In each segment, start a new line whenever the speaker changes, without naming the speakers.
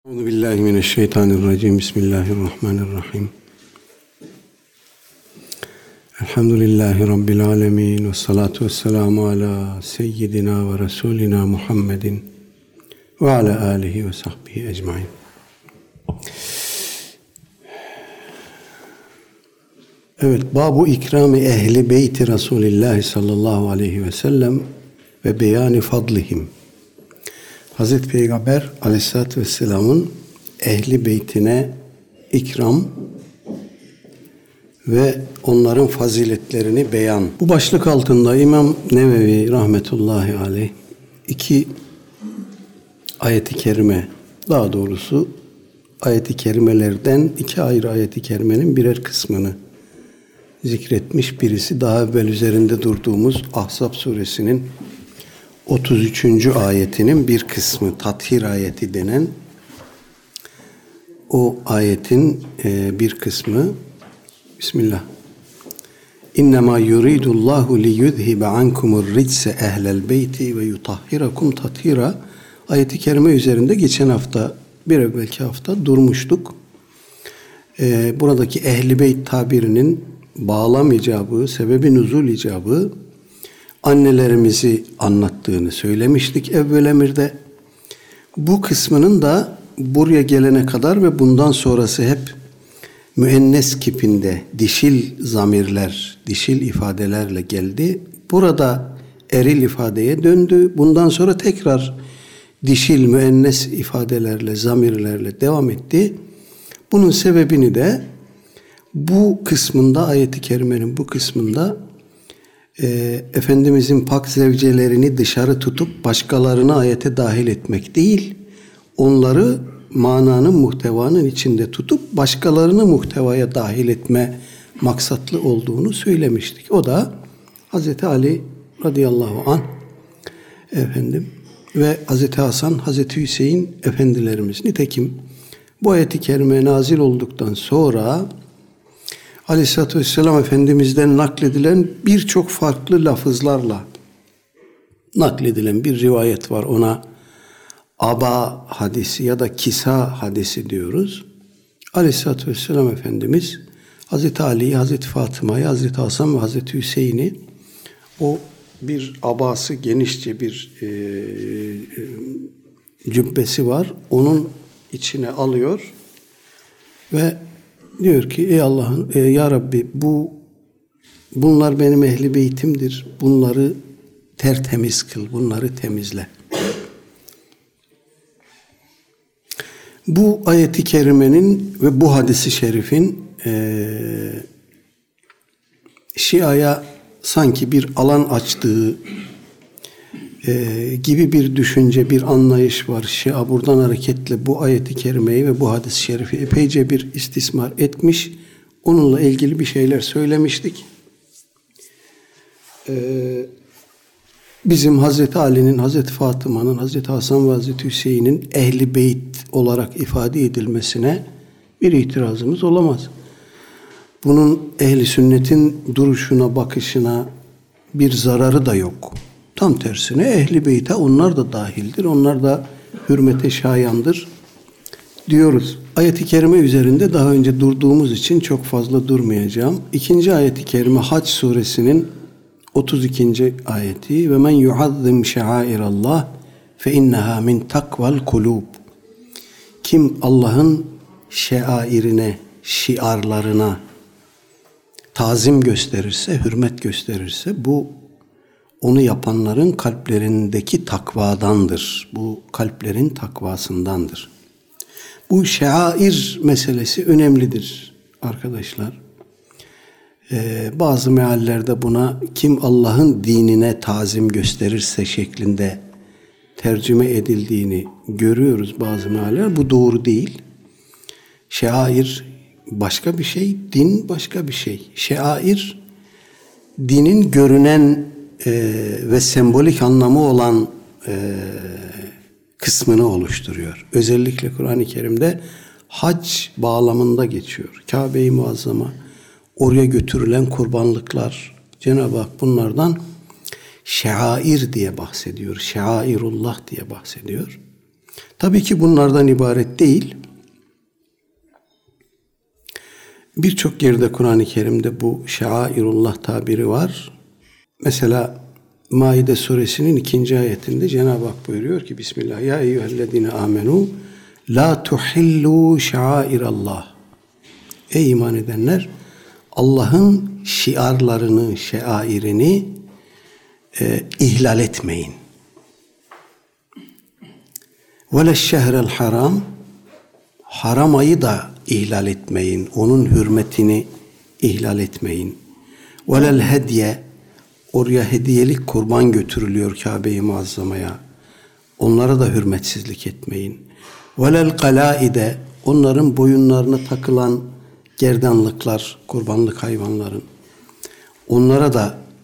Euzubillahimineşşeytanirracim. Bismillahirrahmanirrahim. Elhamdülillahi Rabbil alemin. Ve salatu ve selamu ala seyyidina ve Resulina Muhammedin ve ala alihi ve sahbihi ecmain. Evet, babu ikrami ehli beyti Resulillahi sallallahu aleyhi ve sellem ve beyani fadlihim. Hazreti Peygamber aleyhissalatü vesselamın ehli beytine ikram ve onların faziletlerini beyan. Bu başlık altında İmam Nevevi rahmetullahi aleyh iki ayet-i kerime, daha doğrusu ayet-i kerimelerden iki ayrı ayet-i kerimenin birer kısmını zikretmiş. Birisi daha evvel üzerinde durduğumuz Ahzab suresinin 33. ayetinin bir kısmı, Tathir ayeti denen o ayetin bir kısmı. Bismillah. İnnemâ yuridullahu liyuzhibe ankumur ritse ehlel beyti ve yutahhirakum tathira. Ayet-i kerime üzerinde geçen hafta, bir evvelki hafta durmuştuk. Buradaki ehli beyt tabirinin bağlam icabı, sebebi nuzul icabı annelerimizi anlattığını söylemiştik evvel emirde. Bu kısmının da buraya gelene kadar ve bundan sonrası hep müennes kipinde dişil zamirler, dişil ifadelerle geldi. Burada eril ifadeye döndü. Bundan sonra tekrar dişil müennes ifadelerle, zamirlerle devam etti. Bunun sebebini de bu kısmında, ayet-i kerimenin bu kısmında Efendimizin pak zevcelerini dışarı tutup başkalarını ayete dahil etmek değil, onları mananın, muhtevanın içinde tutup başkalarını muhtevaya dahil etme maksatlı olduğunu söylemiştik. O da Hazreti Ali radıyallahu anh ve Hazreti Hasan, Hazreti Hüseyin efendilerimiz. Nitekim bu ayet-i kerime nazil olduktan sonra Aleyhisselatü Vesselam Efendimiz'den nakledilen birçok farklı lafızlarla nakledilen bir rivayet var. Ona aba hadisi ya da kisa hadisi diyoruz. Aleyhisselatü Vesselam Efendimiz Hazreti Ali'yi, Hazreti Fatıma'yı, Hazreti Hasan ve Hazreti Hüseyin'i o bir abası, genişçe bir cübbesi var. Onun içine alıyor ve diyor ki ey Allah'ın, ya Rabbi bunlar benim ehli beytimdir. Bunları tertemiz kıl, bunları temizle. Bu ayeti kerimenin ve bu hadisi şerifin Şia'ya sanki bir alan açtığı gibi bir düşünce, bir anlayış var. Şia buradan hareketle bu ayeti kerimeyi ve bu hadis-i şerifi epeyce bir istismar etmiş. Onunla ilgili bir şeyler söylemiştik. Bizim Hazreti Ali'nin, Hazreti Fatıma'nın, Hazreti Hasan ve Hazreti Hüseyin'in ehli beyt olarak ifade edilmesine bir itirazımız olamaz. Bunun ehli sünnetin duruşuna, bakışına bir zararı da yok. Tam tersine ehli beyte onlar da dahildir. Onlar da hürmete şayandır diyoruz. Ayet-i kerime üzerinde daha önce durduğumuz için çok fazla durmayacağım. İkinci ayet-i kerime Hac suresinin 32. ayeti. Ve men yuazzim şairallah fe inneha min takval kulub. Kim Allah'ın şairine, şiarlarına tazim gösterirse, hürmet gösterirse bu onu yapanların kalplerindeki takvadandır. Bu kalplerin takvasındandır. Bu şair meselesi önemlidir arkadaşlar. Bazı meallerde buna kim Allah'ın dinine tazim gösterirse şeklinde tercüme edildiğini görüyoruz bazı mealler. Bu doğru değil. Şair başka bir şey, din başka bir şey. Şair dinin görünen ve sembolik anlamı olan kısmını oluşturuyor. Özellikle Kur'an-ı Kerim'de hac bağlamında geçiyor. Kabe-i Muazzama, oraya götürülen kurbanlıklar. Cenab-ı Hak bunlardan şair diye bahsediyor. Şairullah diye bahsediyor. Tabii ki bunlardan ibaret değil. Birçok yerde Kur'an-ı Kerim'de bu şairullah tabiri var. Mesela Maide suresinin 2. ayetinde Cenab-ı Hak buyuruyor ki Bismillah ya eyyühellezine amenu la tuhillu şairallah. Ey iman edenler, Allah'ın şiarlarını, şairini ihlal etmeyin. Veleşşehrel haram, haram ayı da ihlal etmeyin. Onun hürmetini ihlal etmeyin. Velel hediye, oraya hediyelik kurban götürülüyor Kabe-i Muazzama'ya. Onlara da hürmetsizlik etmeyin. Velel kalaide, onların boyunlarına takılan gerdanlıklar, kurbanlık hayvanların. Onları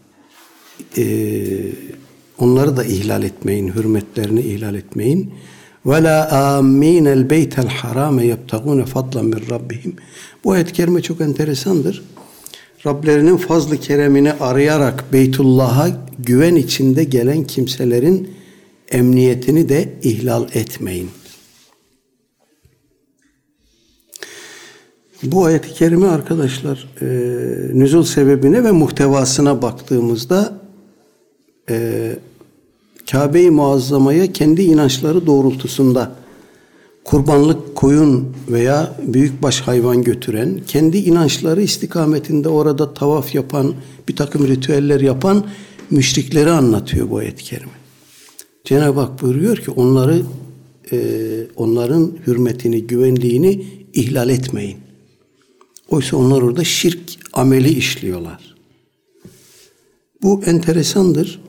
da ihlal etmeyin, hürmetlerini ihlal etmeyin. Ve la aminel beytel harame yebtagune fadlan min rabbihim. Bu ayet-i kerime çok enteresandır. Rablerinin fazl-ı keremini arayarak Beytullah'a güven içinde gelen kimselerin emniyetini de ihlal etmeyin. Bu ayet-i kerime arkadaşlar nüzul sebebine ve muhtevasına baktığımızda Kabe-i Muazzama'ya kendi inançları doğrultusunda kurbanlık koyun veya büyükbaş hayvan götüren, kendi inançları istikametinde orada tavaf yapan, bir takım ritüeller yapan müşrikleri anlatıyor bu ayet-i kerime. Cenab-ı Hak buyuruyor ki onların hürmetini, güvenliğini ihlal etmeyin. Oysa onlar orada şirk ameli işliyorlar. Bu enteresandır.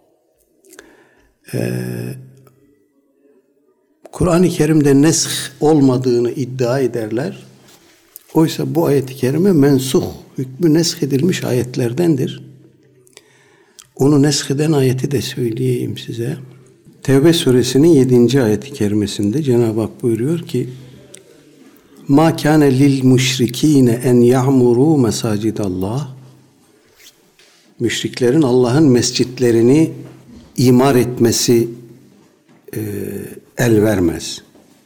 Kur'an-ı Kerim'de nesh olmadığını iddia ederler. Oysa bu ayet-i kerime mensuh, hükmü nesh edilmiş ayetlerdendir. Onu nesh eden ayeti de söyleyeyim size. Tevbe suresinin 7. ayet-i kerimesinde Cenab-ı Hak buyuruyor ki مَا كَانَ لِلْمُشْرِك۪ينَ اَنْ يَعْمُرُوا مَسَاجِدَ اللّٰهِ Müşriklerin Allah'ın mescitlerini imar etmesi el vermez.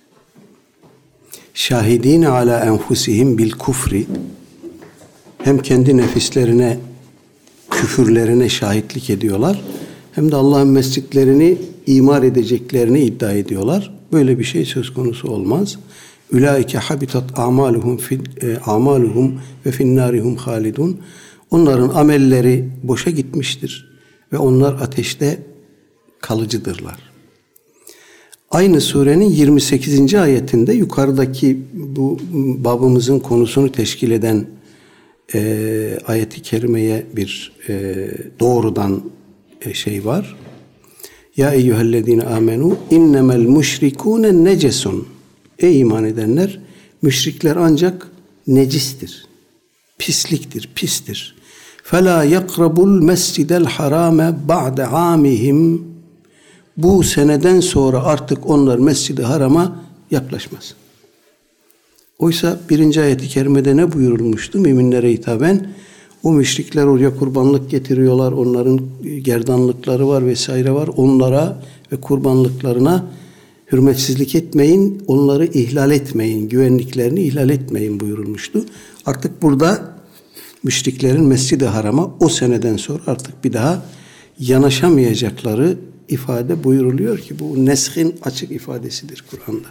Şahidine ala enfusihim bil kufri, hem kendi nefislerine, küfürlerine şahitlik ediyorlar, hem de Allah'ın mescitlerini imar edeceklerini iddia ediyorlar. Böyle bir şey söz konusu olmaz. Ulaike habitat amaluhum ve finnarihum halidun. Onların amelleri boşa gitmiştir ve onlar ateşte kalıcıdırlar. Aynı surenin 28. ayetinde yukarıdaki bu babımızın konusunu teşkil eden ayet-i kerimeye bir doğrudan şey var. Ya eyyühellezine amenu innemel müşrikûne necesun. Ey iman edenler, müşrikler ancak necistir, pisliktir, pistir. فَلَا يَقْرَبُ الْمَسْجِدَ الْحَرَامَ بَعْدَ عَامِهِمْ Bu seneden sonra artık onlar Mescid-i Haram'a yaklaşmaz. Oysa 1. ayet-i kerimede ne buyurulmuştu müminlere hitaben? O müşrikler oraya kurbanlık getiriyorlar, onların gerdanlıkları var vesaire var. Onlara ve kurbanlıklarına hürmetsizlik etmeyin, onları ihlal etmeyin, güvenliklerini ihlal etmeyin buyurulmuştu. Artık burada müşriklerin Mescid-i Haram'a o seneden sonra artık bir daha yanaşamayacakları ifade buyuruluyor ki bu neshin açık ifadesidir Kur'an'da.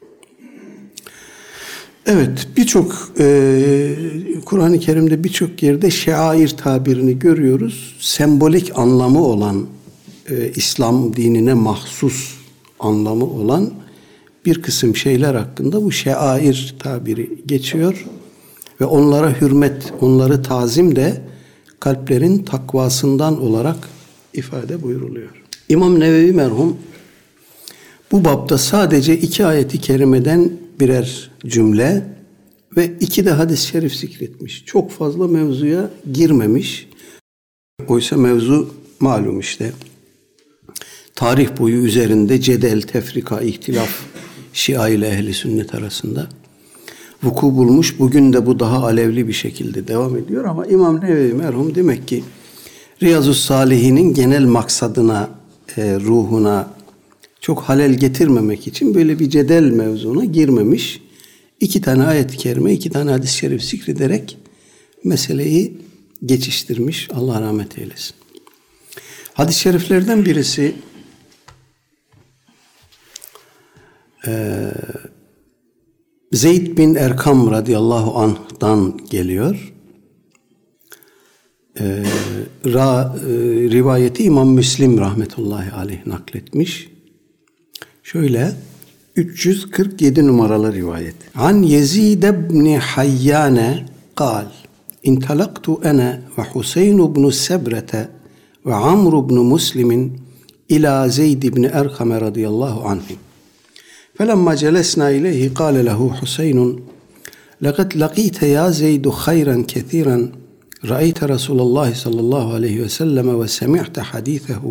Evet, Kur'an-ı Kerim'de birçok yerde şair tabirini görüyoruz. Sembolik anlamı olan, İslam dinine mahsus anlamı olan bir kısım şeyler hakkında bu şair tabiri geçiyor. Ve onlara hürmet, onları tazim de kalplerin takvasından olarak ifade buyuruluyor. İmam Nevevi merhum bu bapta sadece 2 ayeti kerimeden birer cümle ve 2 de hadis-i şerif zikretmiş. Çok fazla mevzuya girmemiş. Oysa mevzu malum işte. Tarih boyu üzerinde cedel, tefrika, ihtilaf Şia ile ehli sünnet arasında vuku bulmuş. Bugün de bu daha alevli bir şekilde devam ediyor ama İmam Nevevi merhum demek ki Riyazu Salihin'in genel maksadına, ruhuna çok halel getirmemek için böyle bir cedel mevzuna girmemiş. 2 tane ayet-i kerime, 2 tane hadis-i şerif zikrederek meseleyi geçiştirmiş. Allah rahmet eylesin. Hadis-i şeriflerden birisi Zeyd bin Erkam radıyallahu anh'dan geliyor. Rivayeti İmam Müslim rahmetullahi aleyh nakletmiş. Şöyle 347 numaralı rivayet. An Yezid ibn Hayyan قال انطلقت أنا وحسين بن السبرة وعمرو بن مسلم إلى زيد بن أرقم رضي الله عنه فلما جلسنا إليه قال له حسين لقد لقيت يا زيد خيرا كثيرا رأيت رسول الله صلى الله عليه وسلم وسمعت حديثه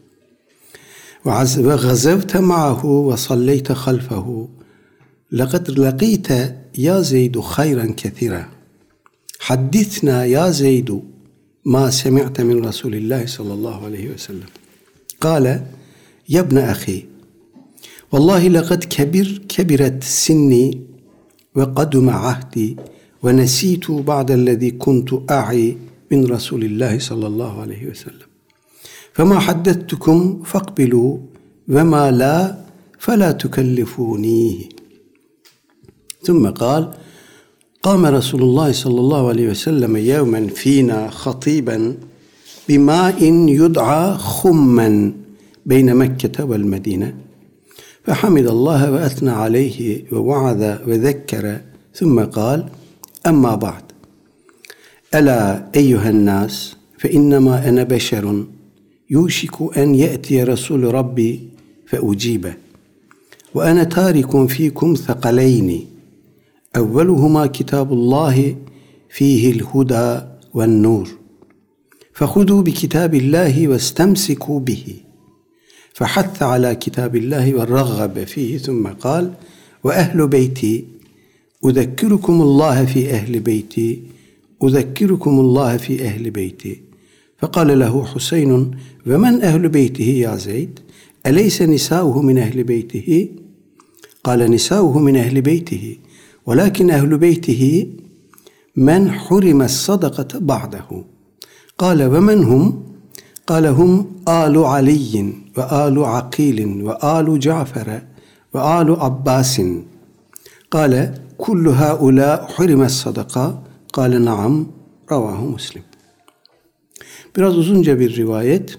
وغزوت معه وصليت خلفه لقد لقيت يا زيد خيرا كثيرا حدثنا يا زيد ما سمعت من رسول الله صلى الله عليه وسلم قال يا ابن أخي والله لقد كبرت سني وقدم عهدي ونسيت بعد الذي كنت أعي من رسول الله صلى الله عليه وسلم فما حدثتكم فاقبلوا وما لا فلا تكلفونيه ثم قال قام رسول الله صلى الله عليه وسلم يوما فينا خطيبا بماء يدعى خما بين مكة والمدينة فحمد الله وأثنى عليه ووعظ وذكر ثم قال أما بعد ألا أيها الناس فإنما أنا بشر يوشك أن يأتي رسول ربي فأجيبه وأنا تارك فيكم ثقلين أولهما كتاب الله فيه الهدى والنور فخذوا بكتاب الله واستمسكوا به فحث على كتاب الله والرغب فيه ثم قال وأهل بيتي أذكركم الله في أهل بيتي أذكركم الله في أهل بيتي فقال له حسين ومن أهل بيته يا زيد أليس نساؤه من أهل بيته قال نساؤه من أهل بيته ولكن أهل بيته من حرم الصدقة بعده قال ومن هم قال هم آل علي وآل عقيل وآل جعفر وآل عباس قال كل هؤلاء حرم الصدقة قال نعم رواه مسلم. Biraz uzunca bir rivayet.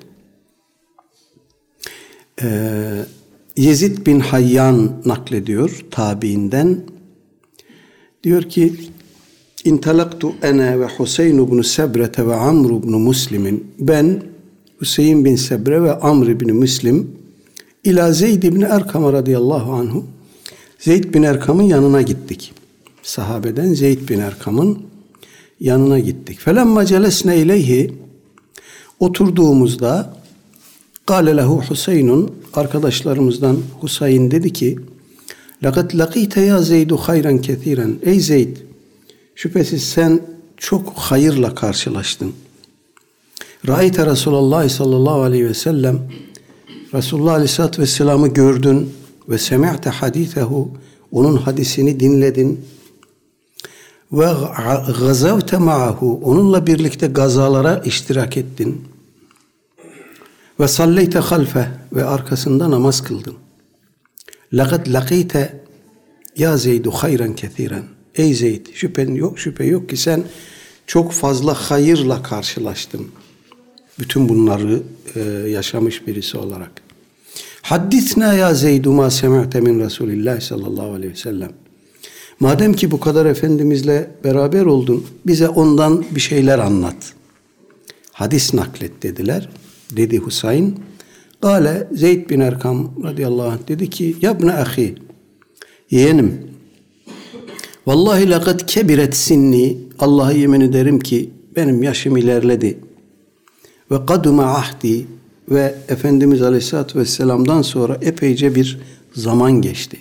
Yezid bin Hayyan naklediyor tabiinden. Diyor ki İntalaktu ene ve Huseyn ibn Sebrete ve Amr ibn Müslim'in ben Hüseyin bin Sebre ve Amr ibn Müslim ila Zeyd ibn Erkam radıyallahu anhu Zeyd bin Erkam'ın yanına gittik. Sahabeden Zeyd bin Erkam'ın yanına gittik. Felemma celesne ileyhi oturduğumuzda kâle lehu Huseynun arkadaşlarımızdan Husayn dedi ki لَقَدْ لَقِيْتَ يَا زَيْدُ خَيْرًا كَثِيرًا Ey Zeyd, şüphesiz sen çok hayırla karşılaştın. Ra'ayte Resulullah sallallahu aleyhi ve sellem Resulullah aleyhissalatü vesselam'ı gördün ve semi'te hadisehu onun hadisini dinledin ve gazavte ma'ahu onunla birlikte gazalara iştirak ettin ve salleyte halfe ve arkasında namaz kıldın. لَقَدْ لَقِيْتَ ya Zeydu hayran kethiren. Ey Zeyd, şüphe yok ki sen çok fazla hayırla karşılaştın. Bütün bunları yaşamış birisi olarak. Haddisna ya Zeydu ma semi'te min Resulillah sallallahu aleyhi ve sellem. Madem ki bu kadar Efendimizle beraber oldun, bize ondan bir şeyler anlat. Hadis naklet dediler. Dedi Husayn. Kale Zeyd bin Erkam radıyallahu anh dedi ki yabne ahi yeğenim vallahi laqad kebiret sinni Allah'a yemin ederim ki benim yaşım ilerledi ve kaduma ahdi ve Efendimiz Aleyhisselatü Vesselam'dan sonra epeyce bir zaman geçti.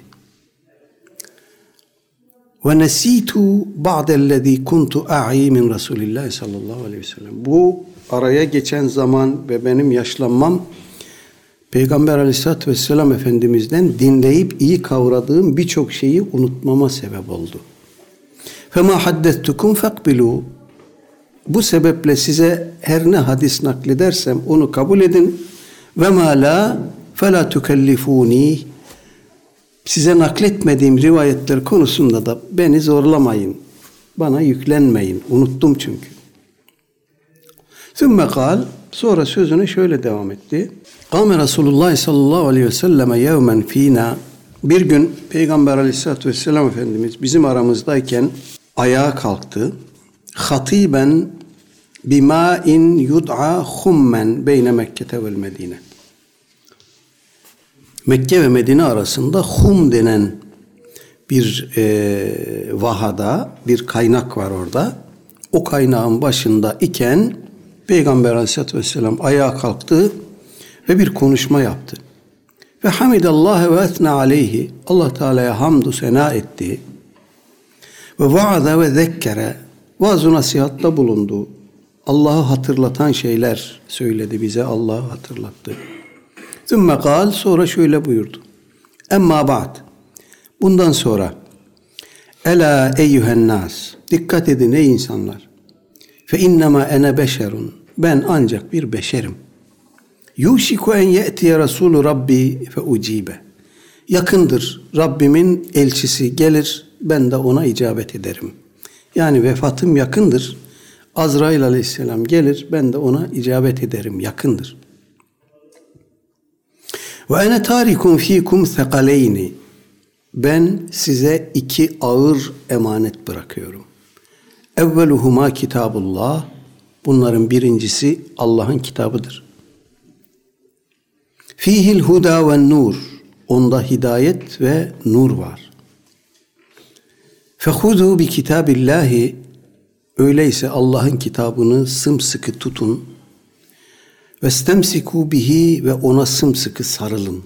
Ve nesitu ba'dellezî kuntu a'i min Resulillah sallallahu aleyhi ve sellem. Bu araya geçen zaman ve benim yaşlanmam Peygamber Aleyhisselatü Vesselam Efendimiz'den dinleyip iyi kavradığım birçok şeyi unutmama sebep oldu. فَمَا حَدَّثْتُكُمْ فَقْبِلُوا Bu sebeple size her ne hadis nakledersem onu kabul edin. وَمَا لَا فَلَا تُكَلِّفُونِي Size nakletmediğim rivayetler konusunda da beni zorlamayın. Bana yüklenmeyin. Unuttum çünkü. ثُمَّ قال Sonra sözüne şöyle devam etti. Kâme Resulullah sallallahu aleyhi ve selleme yevmen fînâ Bir gün Peygamber Aleyhisselatü Vesselam Efendimiz bizim aramızdayken ayağa kalktı. Hatiben bimâin yud'a hummen beyne Mekke'te vel Medine. Mekke ve Medine arasında Hum denen bir vahada, bir kaynak var orada. O kaynağın başında iken Peygamber Aleyhisselatü Vesselam ayağa kalktı ve bir konuşma yaptı. Ve hamidallâhe ve etne aleyhi Allah Teala'ya hamdü sena etti. Ve vaada ve zekkere vaaz-ı nasihatta bulundu. Allah'ı hatırlatan şeyler söyledi bize. Allah'ı hatırlattı. Sümme kal sonra şöyle buyurdu. Emma ba'd Bundan sonra Ela eyyühen nas Dikkat edin ey insanlar. Fe innema ene beşerun Ben ancak bir beşerim. Yuşiku en ye'tiye Resulü Rabbi fe ucibe Yakındır Rabbimin elçisi gelir ben de ona icabet ederim. Yani vefatım yakındır. Azrail aleyhisselam gelir ben de ona icabet ederim. Yakındır. Ve ene tarikum fikum sekaleyni Ben size iki ağır emanet bırakıyorum. Evveluhuma kitabullah Bunların birincisi Allah'ın kitabıdır. Fihil huda ve nur Onda hidayet ve nur var. Fehudu bi kitabillahi Öyleyse Allah'ın kitabını sımsıkı tutun. Ve stemsiku bihi ve ona sımsıkı sarılın.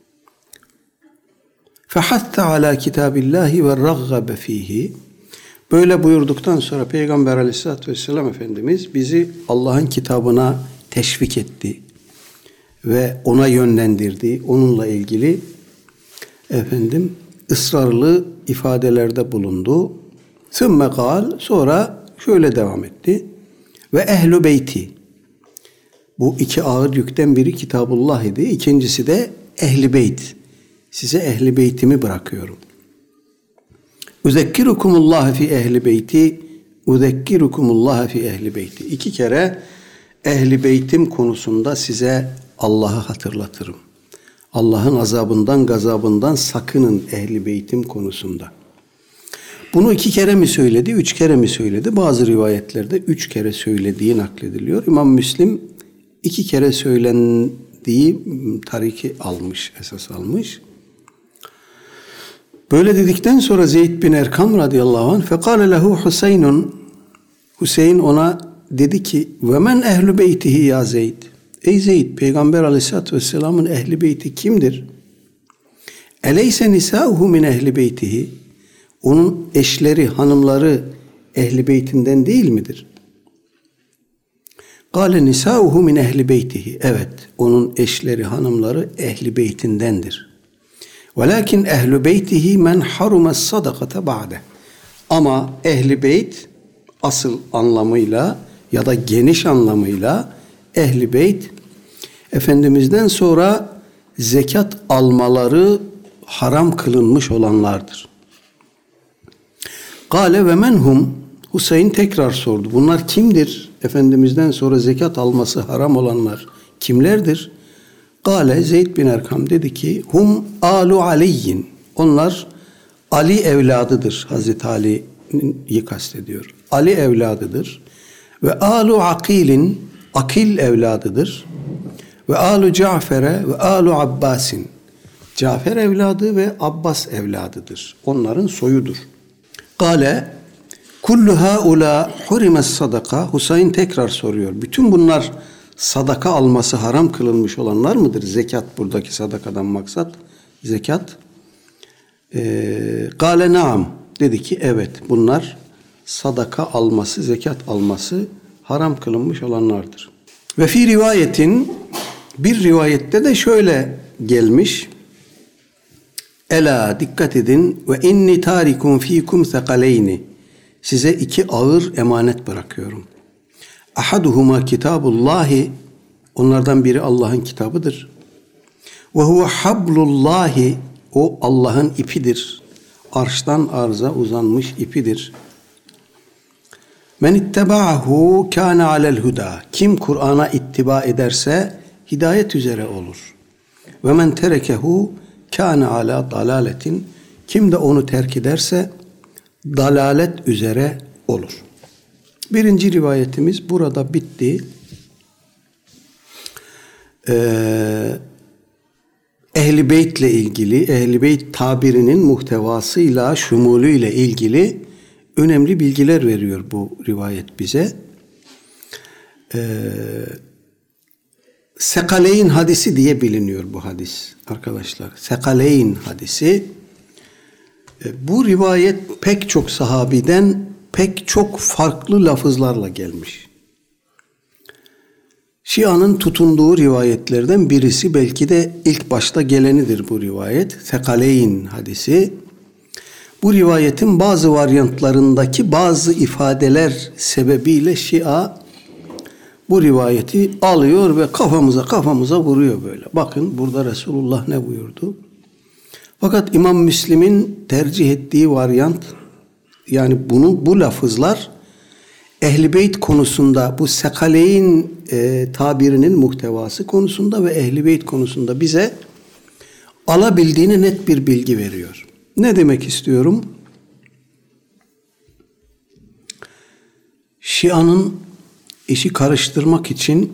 Fehatta ala kitabillahi ve raggabe fihi Böyle buyurduktan sonra Peygamber Aleyhisselatü Vesselam Efendimiz bizi Allah'ın kitabına teşvik etti ve ona yönlendirdi. Onunla ilgili ısrarlı ifadelerde bulundu. Sümme kal sonra şöyle devam etti. Ve ehlu beyti Bu iki ağır yükten biri Kitabullah idi. İkincisi de ehli beyt. Size ehli beytimi bırakıyorum. Uzekkirukumullah fi ehli beyti Uzekkirukumullah fi ehli beyti 2 kere ehli beytim konusunda size Allah'ı hatırlatırım. Allah'ın azabından, gazabından sakının ehli beytim konusunda. Bunu 2 kere mi söyledi, 3 kere mi söyledi? Bazı rivayetlerde 3 kere söylediği naklediliyor. İmam Müslim 2 kere söylendiği tariki almış, esas almış. Böyle dedikten sonra Zeyd bin Erkam radıyallahu anh fekale lehu Hüseyinun Hüseyin ona dedi ki ve men ehlu beytihi ya Zeyd Ey Zeyd Peygamber aleyhissalatü vesselamın ehli beyti kimdir? Eleyse nisâuhu min ehli beytihi Onun eşleri, hanımları ehli beytinden değil midir? Kâle nisâuhu min ehli beytihi Evet, onun eşleri, hanımları ehli beytindendir. Velakin ehlu beytihi men harumes sadakate ba'de. Ama ehli beyt asıl anlamıyla ya da geniş anlamıyla ehli beyt Efendimiz'den sonra zekat almaları haram kılınmış olanlardır. Kale ve menhum Hüseyin tekrar sordu. Bunlar kimdir? Efendimiz'den sonra zekat alması haram olanlar kimlerdir? Kale Zeyd bin Erkam dedi ki hum alu aliyyin onlar Ali evladıdır. Hazreti Ali'yi kastediyor. Ali evladıdır. Ve alu akilin akil evladıdır. Ve alu Cafer'e ve alu Abbas'in Cafer evladı ve Abbas evladıdır. Onların soyudur. Kale kullu haula hurimes sadaka Hüseyin tekrar soruyor. Bütün bunlar sadaka alması haram kılınmış olanlar mıdır? Zekat buradaki sadakadan maksat zekat. Kale naam dedi ki evet bunlar sadaka alması, zekat alması haram kılınmış olanlardır. Ve fi rivayetin Bir rivayette de şöyle gelmiş. Ela dikkat edin ve inni tarikum fikum sekaleyni. Size iki ağır emanet bırakıyorum. Ahaduhuma kitabullahi. Onlardan biri Allah'ın kitabıdır. Ve huve hablullahi. O Allah'ın ipidir. Arştan arza uzanmış ipidir. Men itteba'ahu kâne alel huda. Kim Kur'an'a ittiba ederse hidayet üzere olur. Ve men terekehu kâne ala dalaletin. Kim de onu terk ederse dalalet üzere olur. Birinci rivayetimiz burada bitti. Ehl-i Beyt'le ilgili, Ehl-i Beyt tabirinin muhtevasıyla, şumulüyle ilgili önemli bilgiler veriyor bu rivayet bize. Sekaleyn hadisi diye biliniyor bu hadis arkadaşlar. Sekaleyn hadisi. Bu rivayet pek çok sahabiden pek çok farklı lafızlarla gelmiş. Şia'nın tutunduğu rivayetlerden birisi, belki de ilk başta gelenidir bu rivayet. Sekaleyn hadisi. Bu rivayetin bazı varyantlarındaki bazı ifadeler sebebiyle Şia bu rivayeti alıyor ve kafamıza vuruyor böyle. Bakın burada Resulullah ne buyurdu? Fakat İmam Müslim'in tercih ettiği varyant, yani bu lafızlar Ehl-i Beyt konusunda, bu Sekaleyn tabirinin muhtevası konusunda ve Ehl-i Beyt konusunda bize alabildiğine net bir bilgi veriyor. Ne demek istiyorum? Şia'nın işi karıştırmak için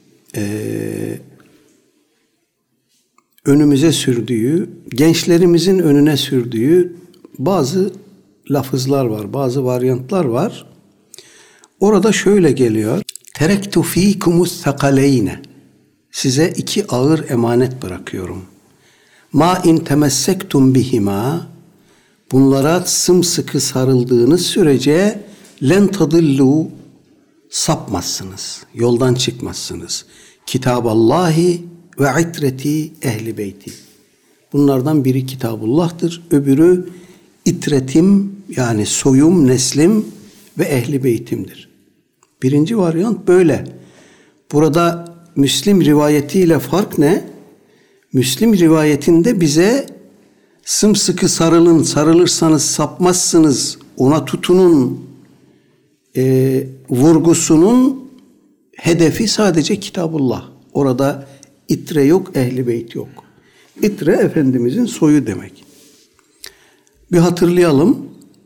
önümüze sürdüğü, gençlerimizin önüne sürdüğü bazı lafızlar var, bazı varyantlar var. Orada şöyle geliyor. Terektu fîkumus sekaleyne. Size iki ağır emanet bırakıyorum. Ma in temessektum bihima. Bunlara sımsıkı sarıldığınız sürece len tadillu, sapmazsınız, yoldan çıkmazsınız. Kitaballahi ve itreti ehli beyti. Bunlardan biri Kitabullah'tır, öbürü itretim, yani soyum, neslim ve ehli beytimdir. Birinci varyant böyle. Burada Müslim rivayetiyle fark ne? Müslim rivayetinde bize sımsıkı sarılın, sarılırsanız sapmazsınız, ona tutunun vurgusunun hedefi sadece Kitabullah. Orada itre yok, ehli beyt yok. İtre Efendimizin soyu demek. Bir hatırlayalım.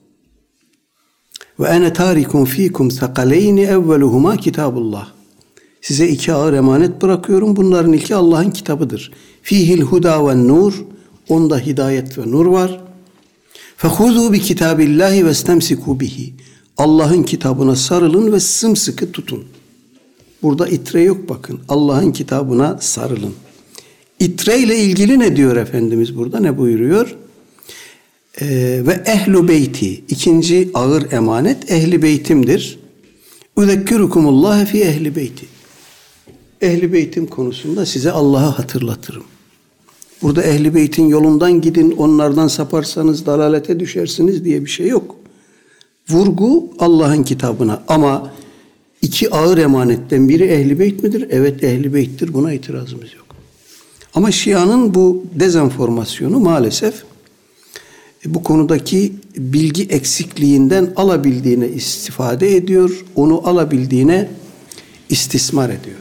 Ve ene tarikum fikum sekaleyni evveluhuma Kitabullah. Size iki ağır emanet bırakıyorum. Bunların ilki Allah'ın kitabıdır. Fihil huda ve nur. Onda hidayet ve nur var. Fehuzu bi kitabillahi ve istemsiku bihi. Allah'ın kitabına sarılın ve sımsıkı tutun. Burada itre yok bakın. Allah'ın kitabına sarılın. İtre ile ilgili ne diyor Efendimiz burada? Ne buyuruyor? Ve ehlu beyti. İkinci ağır emanet ehli beytimdir. Üzekkürükumullâhe fi ehli beyti. Ehli beytim konusunda size Allah'ı hatırlatırım. Burada ehli beytin yolundan gidin, onlardan saparsanız dalalete düşersiniz diye bir şey yok. Vurgu Allah'ın kitabına, ama iki ağır emanetten biri ehli beyt midir? Evet, ehli beyttir, buna itirazımız yok. Ama Şia'nın bu dezenformasyonu maalesef bu konudaki bilgi eksikliğinden alabildiğine istifade ediyor, onu alabildiğine istismar ediyor.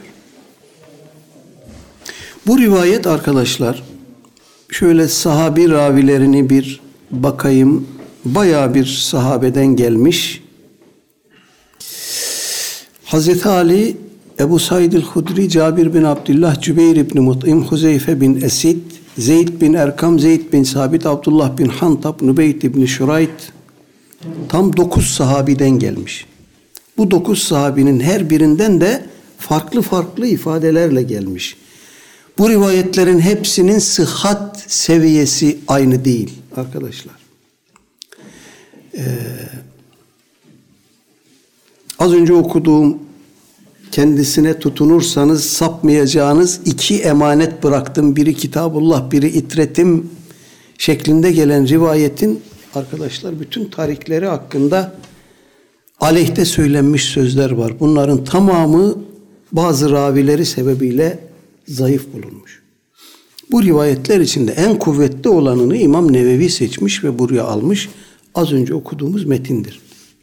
Bu rivayet arkadaşlar, şöyle sahabi ravilerini bir bakayım, bayağı bir sahabeden gelmiş. Hazreti Ali, Ebu Said el-Hudri, Cabir bin Abdullah, Cübeyr ibn Mut'im, Huzeyfe bin Esid, Zeyd bin Erkam, Zeyd bin Sabit, Abdullah bin Hantab, Nübeyt ibn Şurayt, tam 9 sahabiden gelmiş. Bu 9 sahabinin her birinden de farklı farklı ifadelerle gelmiş. Bu rivayetlerin hepsinin sıhhat seviyesi aynı değil arkadaşlar. Az önce okuduğum kendisine tutunursanız sapmayacağınız 2 emanet bıraktım. Biri Kitabullah, biri itretim şeklinde gelen rivayetin arkadaşlar bütün tarikleri hakkında aleyhte söylenmiş sözler var. Bunların tamamı bazı ravileri sebebiyle zayıf bulunmuş. Bu rivayetler içinde en kuvvetli olanını İmam Nevevi seçmiş ve buraya almış. Az önce okuduğumuz metindir.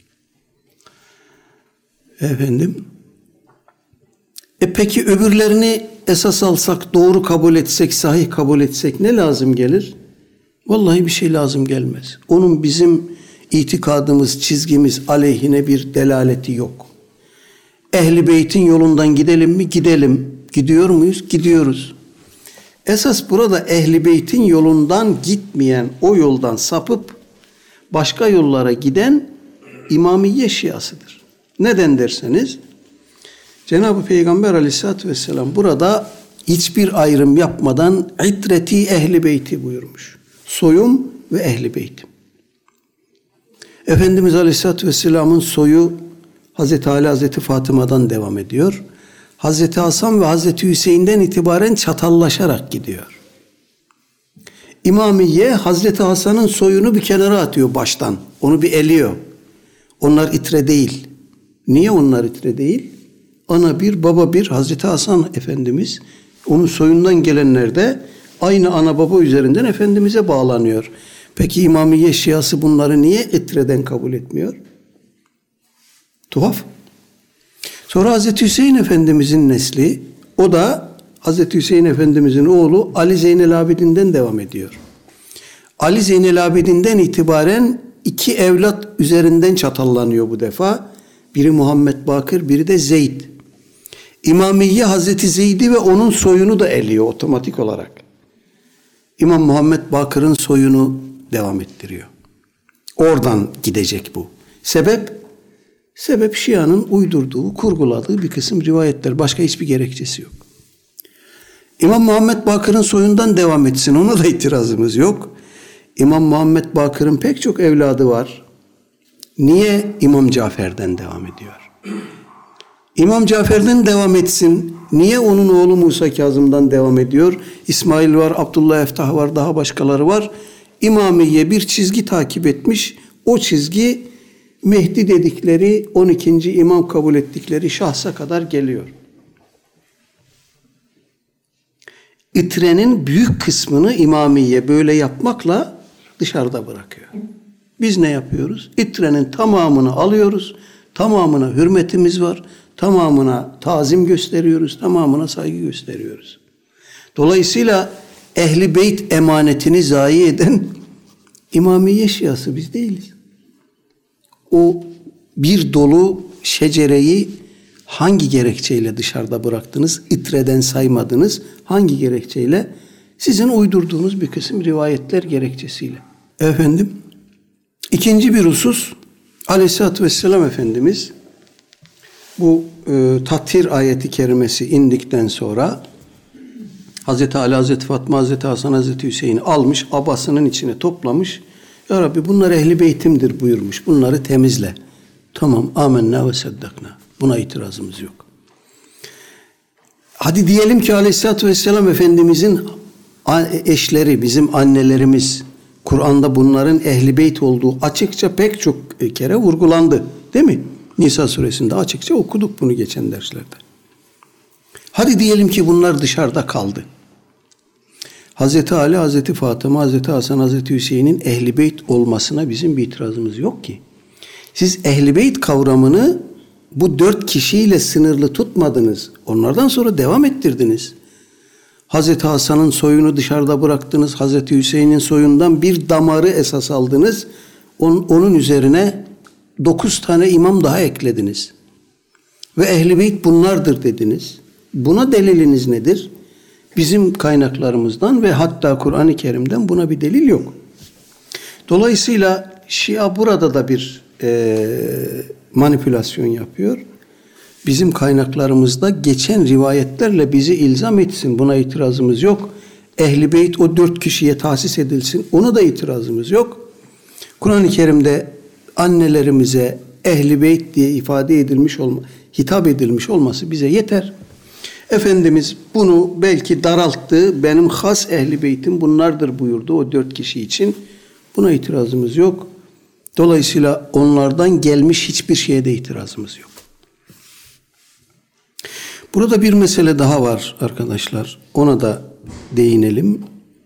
Efendim? Peki öbürlerini esas alsak, doğru kabul etsek, sahih kabul etsek ne lazım gelir? Vallahi bir şey lazım gelmez. Onun bizim itikadımız, çizgimiz aleyhine bir delaleti yok. Ehl-i Beyt'in yolundan gidelim mi? Gidelim. Gidiyor muyuz? Gidiyoruz. Esas burada Ehl-i Beyt'in yolundan gitmeyen, o yoldan sapıp başka yollara giden İmamiye Şiasıdır. Neden derseniz, Cenab-ı Peygamber Aleyhisselatü Vesselam burada hiçbir ayrım yapmadan itreti Ehl-i Beyti buyurmuş. Soyum ve Ehl-i Beytim. Efendimiz Aleyhisselatü Vesselam'ın soyu Hazreti Ali, Hazreti Fatıma'dan devam ediyor. Hazreti Hasan ve Hazreti Hüseyin'den itibaren çatallaşarak gidiyor. İmamiye Hazreti Hasan'ın soyunu bir kenara atıyor baştan. Onu bir eliyor. Onlar itre değil. Niye onlar itre değil? Ana bir, baba bir. Hazreti Hasan Efendimiz, onun soyundan gelenler de aynı ana baba üzerinden Efendimiz'e bağlanıyor. Peki İmamiye Şiası bunları niye itreden kabul etmiyor? Tuhaf. Sonra Hazreti Hüseyin Efendimiz'in nesli, o da Hazreti Hüseyin Efendimiz'in oğlu Ali Zeynel Abidin'den devam ediyor. Ali Zeynel Abidin'den itibaren 2 evlat üzerinden çatallanıyor bu defa. Biri Muhammed Bakır, biri de Zeyd. İmamiye Hazreti Zeyd'i ve onun soyunu da eliyor otomatik olarak. İmam Muhammed Bakır'ın soyunu devam ettiriyor. Oradan gidecek bu. Sebep Şia'nın uydurduğu, kurguladığı bir kısım rivayetler. Başka hiçbir gerekçesi yok. İmam Muhammed Bakır'ın soyundan devam etsin. Ona da itirazımız yok. İmam Muhammed Bakır'ın pek çok evladı var. Niye İmam Cafer'den devam ediyor? İmam Cafer'den devam etsin. Niye onun oğlu Musa Kazım'dan devam ediyor? İsmail var, Abdullah Eftah var, daha başkaları var. İmamiye bir çizgi takip etmiş. O çizgi Mehdi dedikleri 12. imam kabul ettikleri şahsa kadar geliyor. İtrenin büyük kısmını İmamiye böyle yapmakla dışarıda bırakıyor. Biz ne yapıyoruz? İtrenin tamamını alıyoruz. Tamamına hürmetimiz var. Tamamına tazim gösteriyoruz. Tamamına saygı gösteriyoruz. Dolayısıyla Ehl-i Beyt emanetini zayi eden İmamiye Şiası biz değiliz. O bir dolu şecereyi hangi gerekçeyle dışarıda bıraktınız? İtreden saymadınız. Hangi gerekçeyle? Sizin uydurduğunuz bir kısım rivayetler gerekçesiyle. Efendim, ikinci bir husus, Aleyhisselatü Vesselam Efendimiz bu Tathir ayeti kerimesi indikten sonra Hazreti Ali, Hazreti Fatma, Hazreti Hasan, Hazreti Hüseyin'i almış, abasının içine toplamış. Ya Rabbi bunlar Ehl-i Beytimdir buyurmuş. Bunları temizle. Tamam, amenna ve seddakna. Buna itirazımız yok. Hadi diyelim ki Aleyhisselatü Vesselam Efendimizin eşleri, bizim annelerimiz, Kur'an'da bunların Ehl-i Beyt olduğu açıkça pek çok kere vurgulandı. Değil mi? Nisa suresinde açıkça okuduk bunu geçen derslerde. Hadi diyelim ki bunlar dışarıda kaldı. Hazreti Ali, Hazreti Fatıma, Hazreti Hasan, Hazreti Hüseyin'in Ehl-i Beyt olmasına bizim bir itirazımız yok ki. Siz Ehl-i Beyt kavramını bu 4 kişiyle sınırlı tutmadınız. Onlardan sonra devam ettirdiniz. Hazreti Hasan'ın soyunu dışarıda bıraktınız. Hazreti Hüseyin'in soyundan bir damarı esas aldınız. Onun üzerine 9 tane imam daha eklediniz. Ve Ehl-i Beyt bunlardır dediniz. Buna deliliniz nedir? Bizim kaynaklarımızdan ve hatta Kur'an-ı Kerim'den buna bir delil yok. Dolayısıyla Şia burada da bir manipülasyon yapıyor. Bizim kaynaklarımızda geçen rivayetlerle bizi ilzam etsin. Buna itirazımız yok. Ehl-i Beyt o 4 kişiye tahsis edilsin. Ona da itirazımız yok. Kur'an-ı Kerim'de annelerimize Ehli Beyt diye ifade edilmiş hitap edilmiş olması bize yeter. Efendimiz bunu belki daralttı. Benim has Ehli Beytim bunlardır buyurdu o 4 kişi için. Buna itirazımız yok. Dolayısıyla onlardan gelmiş hiçbir şeye de itirazımız yok. Burada bir mesele daha var arkadaşlar. Ona da değinelim.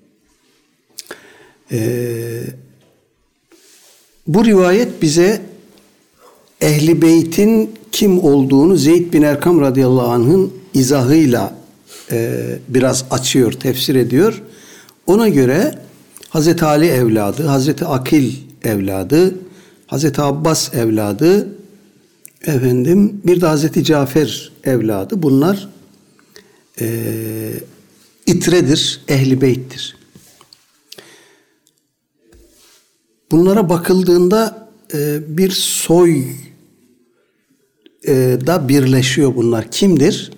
Bu rivayet bize Ehli Beyt'in kim olduğunu Zeyd bin Erkam radıyallahu anh'ın izahıyla biraz açıyor, tefsir ediyor. Ona göre Hazreti Ali evladı, Hazreti Akil evladı, Hazreti Abbas evladı, bir de Hazreti Cafer evladı. Bunlar itredir, Ehli Beyt'tir. Bunlara bakıldığında bir soy da birleşiyor bunlar. Kimdir?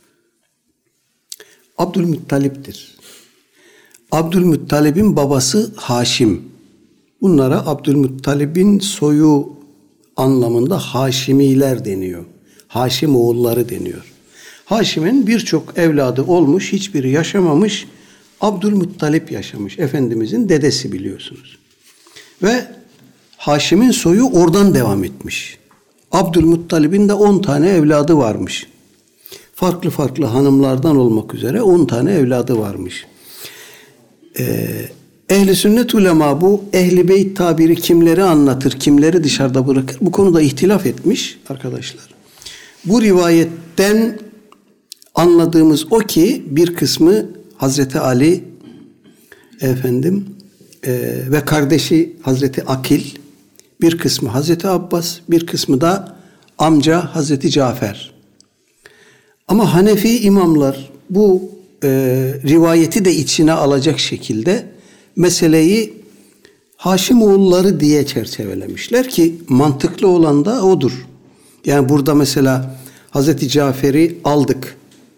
Abdülmuttalip'tir. Abdülmuttalib'in babası Haşim. Bunlara Abdülmuttalib'in soyu anlamında Haşimiler deniyor. Haşim oğulları deniyor. Haşim'in birçok evladı olmuş, hiçbiri yaşamamış. Abdülmuttalip yaşamış. Efendimizin dedesi biliyorsunuz. Ve Haşim'in soyu oradan devam etmiş. Abdülmuttalib'in de 10 tane evladı varmış. Farklı farklı hanımlardan olmak üzere 10 tane evladı varmış. Ehl-i sünnet ulema bu Ehl-i Beyt tabiri kimleri anlatır, kimleri dışarıda bırakır? Bu konuda ihtilaf etmiş arkadaşlar. Bu rivayetten anladığımız o ki bir kısmı Hazreti Ali ve kardeşi Hazreti Akil, bir kısmı Hazreti Abbas, bir kısmı da amca Hazreti Cafer. Ama Hanefi imamlar bu rivayeti de içine alacak şekilde meseleyi Haşimoğulları diye çerçevelemişler ki mantıklı olan da odur. Yani burada mesela Hazreti Cafer'i aldık.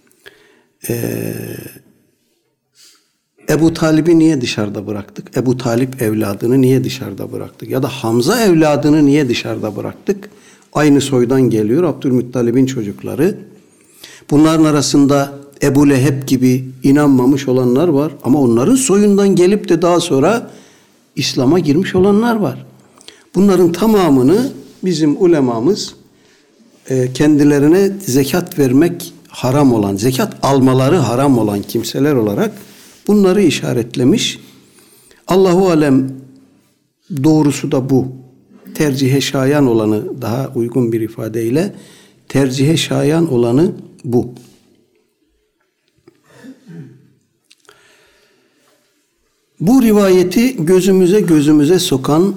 Ebu Talib'i niye dışarıda bıraktık? Ebu Talip evladını niye dışarıda bıraktık? Ya da Hamza evladını niye dışarıda bıraktık? Aynı soydan geliyor Abdülmuttalib'in çocukları. Bunların arasında Ebu Leheb gibi inanmamış olanlar var. Ama onların soyundan gelip de daha sonra İslam'a girmiş olanlar var. Bunların tamamını bizim ulemamız kendilerine zekat vermek haram olan, zekat almaları haram olan kimseler olarak bunları işaretlemiş. Allahu alem doğrusu da bu. Tercihe şayan olanı, daha uygun bir ifadeyle tercihe şayan olanı bu. Bu rivayeti gözümüze sokan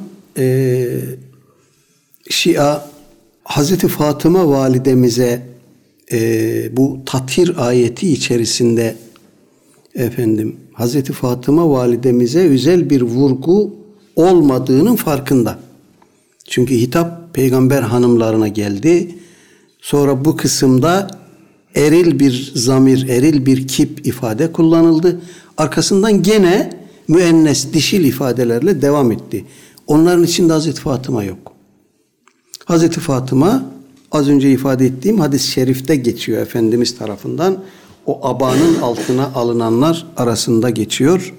Şia Hazreti Fatıma validemize bu tathir ayeti içerisinde Hazreti Fatıma validemize özel bir vurgu olmadığının farkında. Çünkü hitap peygamber hanımlarına geldi. Sonra bu kısımda eril bir zamir, eril bir kip ifade kullanıldı. Arkasından gene müennes, dişil ifadelerle devam etti. Onların içinde Hazreti Fatıma yok. Hazreti Fatıma az önce ifade ettiğim hadis-i şerifte geçiyor Efendimiz tarafından. O abanın altına alınanlar arasında geçiyor.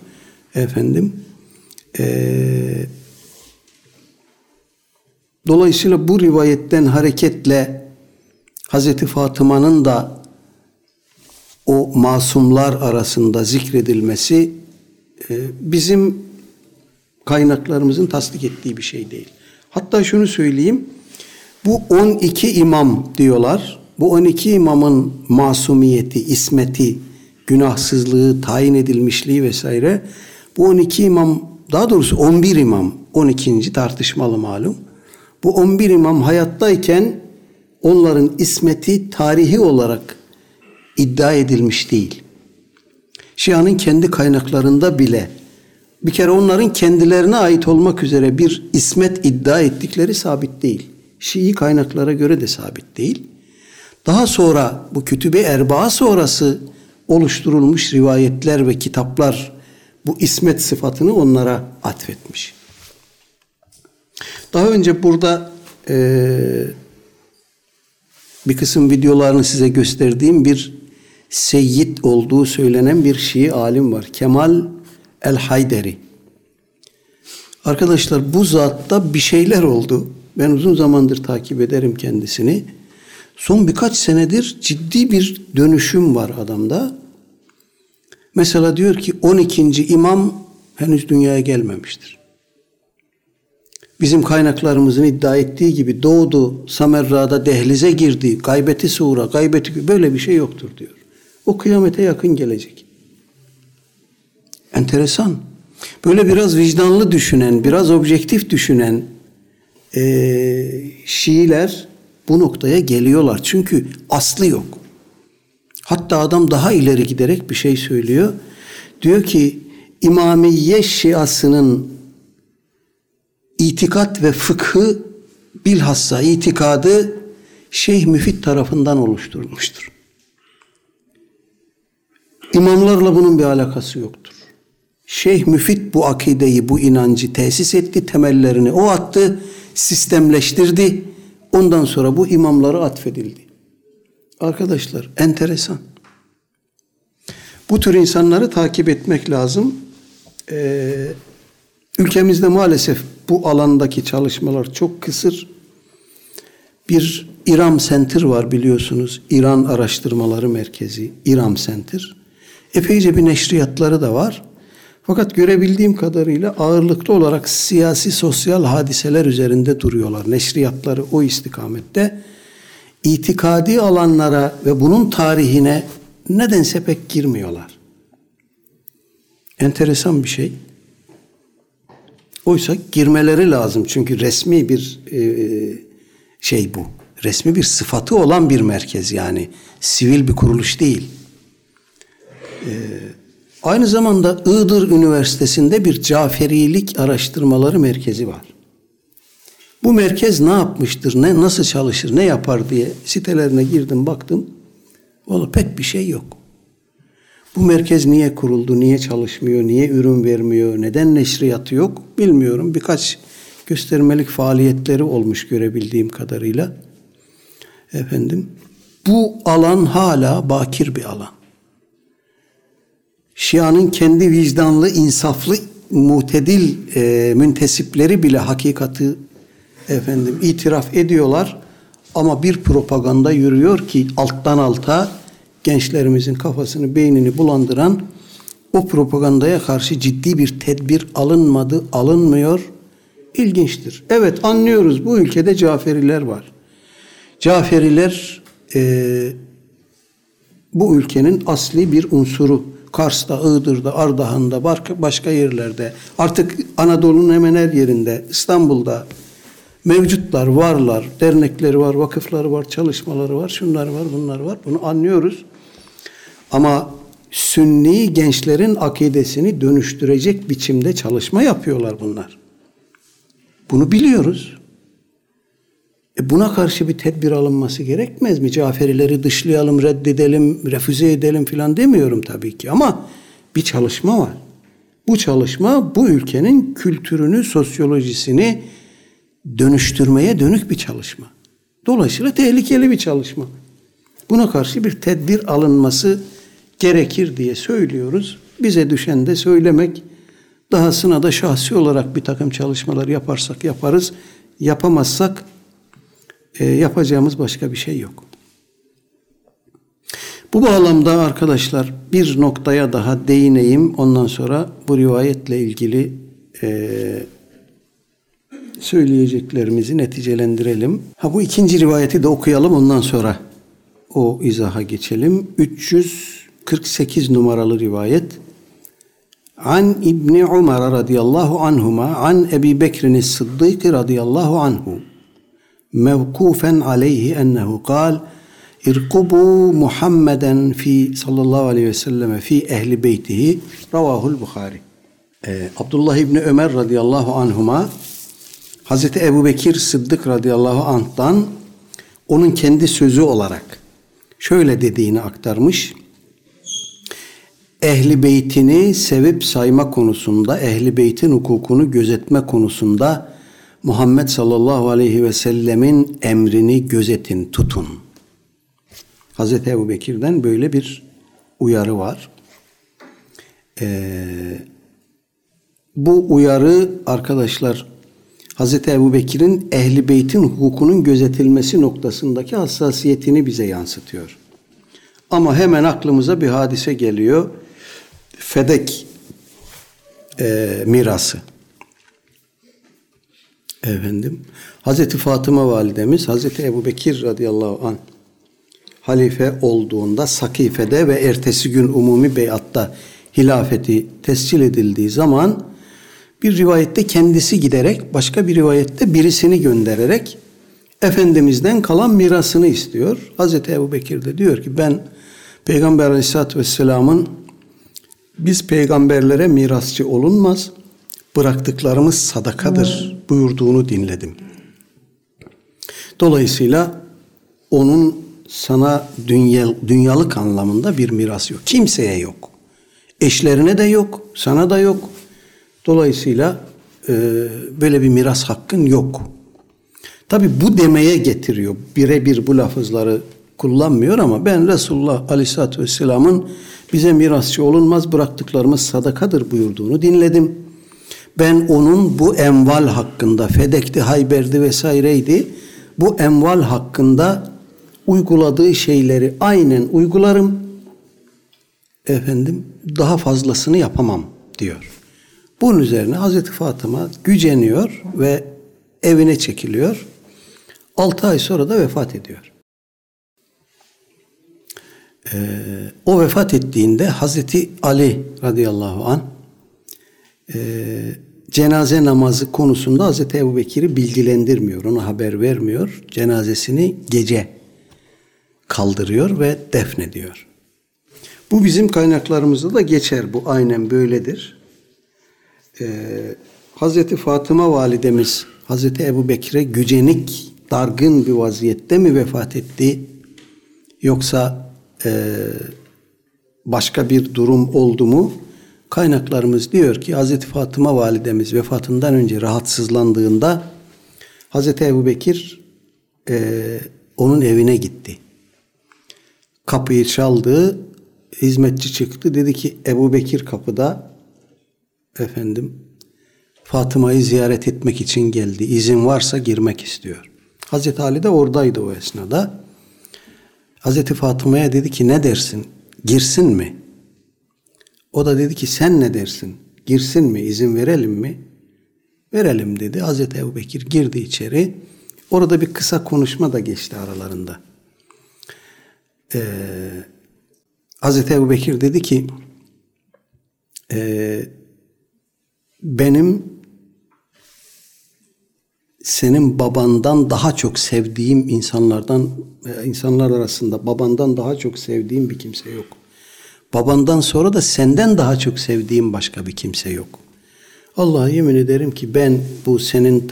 Dolayısıyla bu rivayetten hareketle Hazreti Fatıma'nın da o masumlar arasında zikredilmesi bizim kaynaklarımızın tasdik ettiği bir şey değil. Hatta şunu söyleyeyim, bu 12 imam diyorlar. Bu 12 imamın masumiyeti, ismeti, günahsızlığı, tayin edilmişliği vesaire. Bu 12 imam, daha doğrusu 11 imam, 12. tartışmalı malum. Bu 11 imam hayattayken onların ismeti tarihi olarak iddia edilmiş değil. Şia'nın kendi kaynaklarında bile bir kere onların kendilerine ait olmak üzere bir ismet iddia ettikleri sabit değil. Şii kaynaklara göre de sabit değil. Daha sonra bu Kütüb-i Erbaa sonrası oluşturulmuş rivayetler ve kitaplar bu ismet sıfatını onlara atfetmiş. Daha önce burada bir kısım videolarını size gösterdiğim bir seyyid olduğu söylenen bir Şii alim var. Kemal el-Hayderi. Arkadaşlar bu zatta bir şeyler oldu. Ben uzun zamandır takip ederim kendisini. Son birkaç senedir ciddi bir dönüşüm var adamda. Mesela diyor ki 12. imam henüz dünyaya gelmemiştir. Bizim kaynaklarımızın iddia ettiği gibi doğdu, Samerra'da dehlize girdi, gaybeti suğra, gaybeti, böyle bir şey yoktur diyor. O kıyamete yakın gelecek. Enteresan. Böyle biraz vicdanlı düşünen, biraz objektif düşünen Şiiler bu noktaya geliyorlar. Çünkü aslı yok. Hatta adam daha ileri giderek bir şey söylüyor. Diyor ki İmamiye Şiasının itikat ve fıkhı, bilhassa itikadı Şeyh Müfit tarafından oluşturulmuştur. İmamlarla bunun bir alakası yoktur. Şeyh Müfit bu akideyi, bu inancı tesis etti, temellerini o attı, sistemleştirdi. Ondan sonra bu imamlara atfedildi. Arkadaşlar enteresan. Bu tür insanları takip etmek lazım. Ülkemizde maalesef bu alandaki çalışmalar çok kısır. Bir İram Center var biliyorsunuz. İran Araştırmaları Merkezi, İram Center. Epeyce bir neşriyatları da var. Fakat görebildiğim kadarıyla ağırlıklı olarak siyasi, sosyal hadiseler üzerinde duruyorlar. Neşriyatları o istikamette. İtikadi alanlara ve bunun tarihine nedense pek girmiyorlar. Enteresan bir şey. Oysa girmeleri lazım. Çünkü resmi bir şey bu. Resmi bir sıfatı olan bir merkez yani. Sivil bir kuruluş değil. Aynı zamanda Iğdır Üniversitesi'nde bir Caferilik Araştırmaları Merkezi var. Bu merkez ne yapmıştır, nasıl çalışır, ne yapar diye sitelerine girdim, baktım. Vallahi pek bir şey yok. Bu merkez niye kuruldu, niye çalışmıyor, niye ürün vermiyor, neden neşriyatı yok bilmiyorum. Birkaç göstermelik faaliyetleri olmuş görebildiğim kadarıyla. Bu alan hala bakir bir alan. Şia'nın kendi vicdanlı, insaflı, mutedil müntesipleri bile hakikati itiraf ediyorlar. Ama bir propaganda yürüyor ki alttan alta gençlerimizin kafasını, beynini bulandıran, o propagandaya karşı ciddi bir tedbir alınmadı, alınmıyor. İlginçtir. Evet, anlıyoruz, bu ülkede Caferiler var. Caferiler bu ülkenin asli bir unsuru. Kars'ta, Iğdır'da, Ardahan'da, başka yerlerde, artık Anadolu'nun hemen her yerinde, İstanbul'da mevcutlar, varlar, dernekleri var, vakıfları var, çalışmaları var, şunlar var, bunlar var. Bunu anlıyoruz. Ama Sünni gençlerin akidesini dönüştürecek biçimde çalışma yapıyorlar bunlar. Bunu biliyoruz. Buna karşı bir tedbir alınması gerekmez mi? Caferileri dışlayalım, reddedelim, refüze edelim filan demiyorum tabii ki. Ama bir çalışma var. Bu çalışma bu ülkenin kültürünü, sosyolojisini dönüştürmeye dönük bir çalışma. Dolayısıyla tehlikeli bir çalışma. Buna karşı bir tedbir alınması gerekir diye söylüyoruz. Bize düşen de söylemek, dahasına da şahsi olarak bir takım çalışmalar yaparsak yaparız. Yapamazsak yapacağımız başka bir şey yok. Bu bağlamda arkadaşlar bir noktaya daha değineyim. Ondan sonra bu rivayetle ilgili söyleyeceklerimizi neticelendirelim. Bu ikinci rivayeti de okuyalım, ondan sonra o izaha geçelim. 348 numaralı rivayet. An İbni Umar radıyallahu anhuma an Ebi Bekir'in Sıddık radıyallahu anhu mevkufen aleyhi ennehu kal irkubu Muhammeden fi sallallahu aleyhi ve selleme fi ehli beytihi ravahul Bukhari. Abdullah İbni Ömer radıyallahu anhuma Hazreti Ebu Bekir Sıddık radıyallahu anh'tan onun kendi sözü olarak şöyle dediğini aktarmış. Ehli beytini sevip sayma konusunda, ehli beytin hukukunu gözetme konusunda Muhammed sallallahu aleyhi ve sellemin emrini gözetin, tutun. Hazreti Ebubekir'den böyle bir uyarı var. Bu uyarı arkadaşlar Hazreti Ebubekir'in Ehl-i Beyt'in hukukunun gözetilmesi noktasındaki hassasiyetini bize yansıtıyor. Ama hemen aklımıza bir hadise geliyor. Fedek mirası. Hazreti Fatıma validemiz Hazreti Ebubekir radıyallahu anh halife olduğunda Sakife'de ve ertesi gün umumi beyatta hilafeti tescil edildiği zaman bir rivayette kendisi giderek, başka bir rivayette birisini göndererek Efendimiz'den kalan mirasını istiyor. Hazreti Ebubekir de diyor ki ben Peygamber Aleyhisselatü Vesselam'ın biz peygamberlere mirasçı olunmaz, bıraktıklarımız sadakadır buyurduğunu dinledim. Dolayısıyla onun sana dünyalık anlamında bir miras yok. Kimseye yok. Eşlerine de yok, sana da yok. Dolayısıyla böyle bir miras hakkın yok. Tabi bu demeye getiriyor. Birebir bu lafızları kullanmıyor ama ben Resulullah Aleyhisselatü Vesselam'ın bize mirasçı olunmaz bıraktıklarımız sadakadır buyurduğunu dinledim. Ben onun bu emval hakkında, Fedek'ti, Hayber'di vesaireydi. Bu emval hakkında uyguladığı şeyleri aynen uygularım. Daha fazlasını yapamam diyor. Bunun üzerine Hazreti Fatıma güceniyor ve evine çekiliyor. 6 ay sonra da vefat ediyor. O vefat ettiğinde Hazreti Ali radıyallahu anh cenaze namazı konusunda Hazreti Ebubekir'i bilgilendirmiyor, ona haber vermiyor. Cenazesini gece kaldırıyor ve defnediyor. Bu bizim kaynaklarımızda da geçer. Bu aynen böyledir. Hazreti Fatıma validemiz Hazreti Ebubekir'e gücenik, dargın bir vaziyette mi vefat etti? Yoksa başka bir durum oldu mu? Kaynaklarımız diyor ki Hazreti Fatıma validemiz vefatından önce rahatsızlandığında Hazreti Ebubekir onun evine gitti. Kapıyı çaldı, hizmetçi çıktı. Dedi ki Ebubekir kapıda, Fatıma'yı ziyaret etmek için geldi. İzin varsa girmek istiyor. Hazreti Ali de oradaydı o esnada. Hazreti Fatıma'ya dedi ki ne dersin? Girsin mi? O da dedi ki sen ne dersin? Girsin mi? İzin verelim mi? Verelim dedi. Hazreti Ebubekir girdi içeri. Orada bir kısa konuşma da geçti aralarında. Hazreti Ebubekir dedi ki benim senin babandan daha çok sevdiğim insanlar arasında babandan daha çok sevdiğim bir kimse yok. Babandan sonra da senden daha çok sevdiğim başka bir kimse yok. Allah'a yemin ederim ki ben bu senin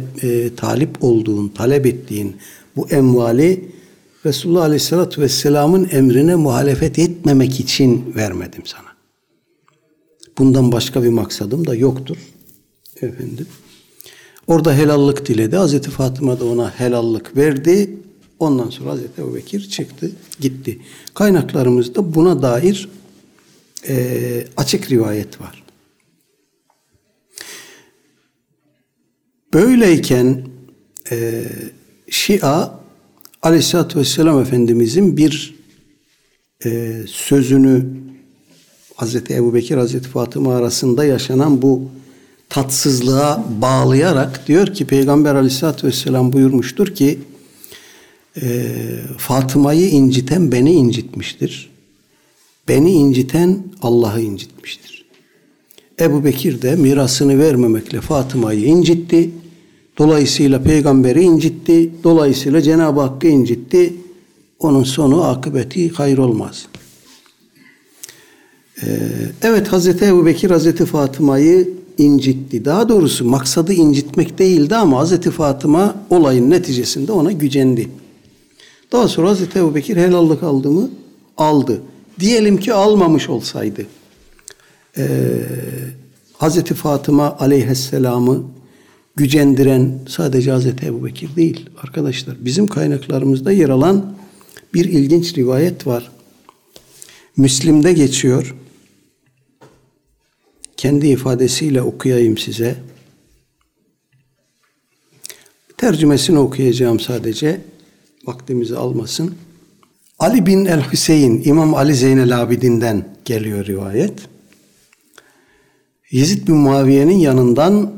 talep ettiğin bu emvali Resulullah Aleyhisselatü Vesselam'ın emrine muhalefet etmemek için vermedim sana. Bundan başka bir maksadım da yoktur. Orada helallik diledi. Hazreti Fatıma da ona helallik verdi. Ondan sonra Hazreti Ebubekir çıktı, gitti. Kaynaklarımızda buna dair açık rivayet var. Böyleyken Şia Aleyhisselatü Vesselam Efendimizin bir sözünü Hazreti Ebubekir, Hazreti Fatıma arasında yaşanan bu tatsızlığa bağlayarak diyor ki Peygamber Aleyhisselatü Vesselam buyurmuştur ki Fatıma'yı inciten beni incitmiştir. Beni inciten Allah'ı incitmiştir. Ebubekir de mirasını vermemekle Fatıma'yı incitti. Dolayısıyla peygamberi incitti. Dolayısıyla Cenab-ı Hakk'ı incitti. Onun sonu akıbeti hayır olmaz. Evet Hazreti Ebubekir Hazreti Fatıma'yı incitti. Daha doğrusu maksadı incitmek değildi ama Hazreti Fatıma olayın neticesinde ona gücendi. Daha sonra Hazreti Ebubekir helallik aldı mı? Aldı. Diyelim ki almamış olsaydı. Hazreti Fatıma aleyhisselamı gücendiren sadece Hazreti Ebubekir değil arkadaşlar. Bizim kaynaklarımızda yer alan bir ilginç rivayet var. Müslim'de geçiyor. Kendi ifadesiyle okuyayım size. Tercümesini okuyacağım sadece. Vaktimizi almasın. Ali bin el-Hüseyin, İmam Ali Zeynel Abidin'den geliyor rivayet. Yezid bin Muaviye'nin yanından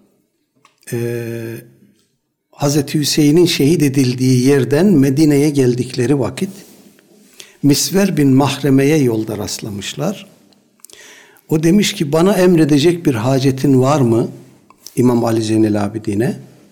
Hazreti Hüseyin'in şehit edildiği yerden Medine'ye geldikleri vakit Misver bin Mahreme'ye yolda rastlamışlar. O demiş ki bana emredecek bir hacetin var mı? İmam Ali Zeynel Abidin'e.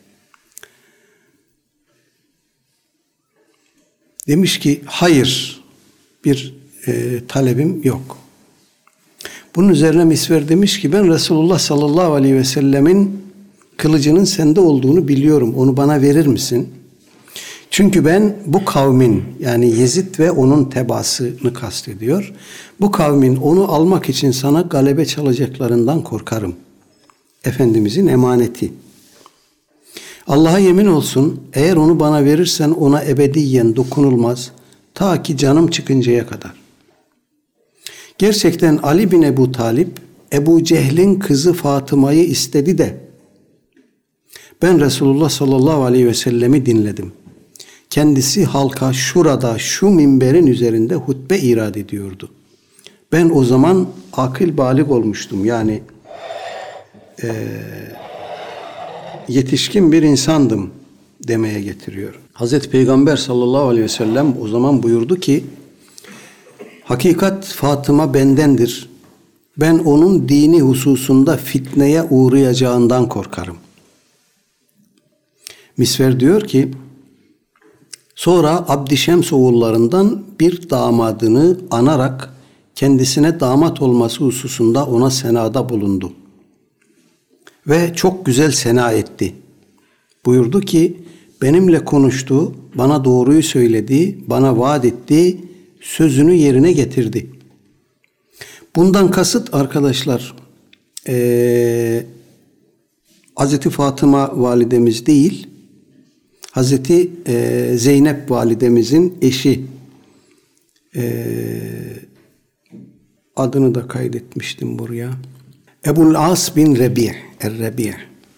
Demiş ki hayır, bir talebim yok. Bunun üzerine Misver demiş ki ben Resulullah sallallahu aleyhi ve sellemin kılıcının sende olduğunu biliyorum. Onu bana verir misin? Çünkü ben bu kavmin yani Yezid ve onun tebaasını kastediyor. Bu kavmin onu almak için sana galebe çalacaklarından korkarım. Efendimizin emaneti. Allah'a yemin olsun eğer onu bana verirsen ona ebediyen dokunulmaz ta ki canım çıkıncaya kadar. Gerçekten Ali bin Ebu Talip Ebu Cehil'in kızı Fatıma'yı istedi de ben Resulullah sallallahu aleyhi ve sellemi dinledim. Kendisi halka şurada şu minberin üzerinde hutbe irad ediyordu. Ben o zaman akıl balik olmuştum. Yani yetişkin bir insandım demeye getiriyor. Hazreti Peygamber sallallahu aleyhi ve sellem o zaman buyurdu ki hakikat Fatıma bendendir. Ben onun dini hususunda fitneye uğrayacağından korkarım. Misver diyor ki sonra Abdişems oğullarından bir damadını anarak kendisine damat olması hususunda ona senada bulundu. Ve çok güzel sena etti. Buyurdu ki benimle konuştu, bana doğruyu söyledi, bana vaat etti, sözünü yerine getirdi. Bundan kasıt arkadaşlar Hazreti Fatıma validemiz değil, Hazreti Zeynep validemizin eşi, adını da kaydetmiştim buraya. Ebul As bin Rebi' er-Rebi'.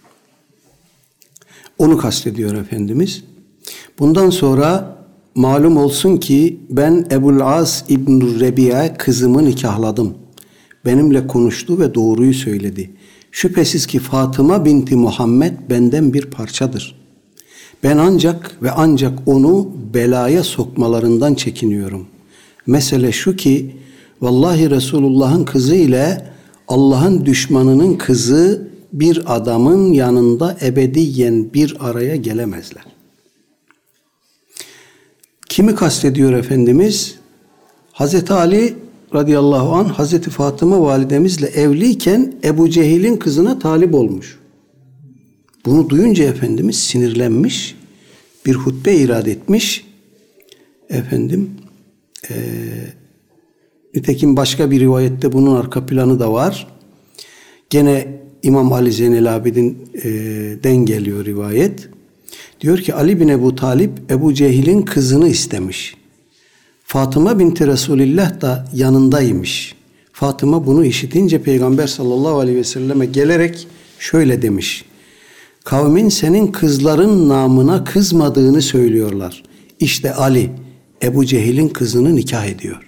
Onu kastediyor Efendimiz. Bundan sonra malum olsun ki ben Ebul As İbn Rebi'ye kızımı nikahladım. Benimle konuştu ve doğruyu söyledi. Şüphesiz ki Fatıma binti Muhammed benden bir parçadır. Ben ancak ve ancak onu belaya sokmalarından çekiniyorum. Mesele şu ki vallahi Resulullah'ın kızı ile Allah'ın düşmanının kızı bir adamın yanında ebediyen bir araya gelemezler. Kimi kastediyor Efendimiz? Hazreti Ali radıyallahu anh Hazreti Fatıma validemizle evliyken Ebu Cehil'in kızına talip olmuş. Bunu duyunca Efendimiz sinirlenmiş, bir hutbe irad etmiş. Nitekim başka bir rivayette bunun arka planı da var. Gene İmam Ali Zeynel Abidin'den geliyor rivayet. Diyor ki Ali bin Ebu Talip Ebu Cehil'in kızını istemiş. Fatıma binti Resulillah da yanındaymış. Fatıma bunu işitince Peygamber sallallahu aleyhi ve selleme gelerek şöyle demiş. Kavmin senin kızların namına kızmadığını söylüyorlar. İşte Ali Ebu Cehil'in kızını nikah ediyor.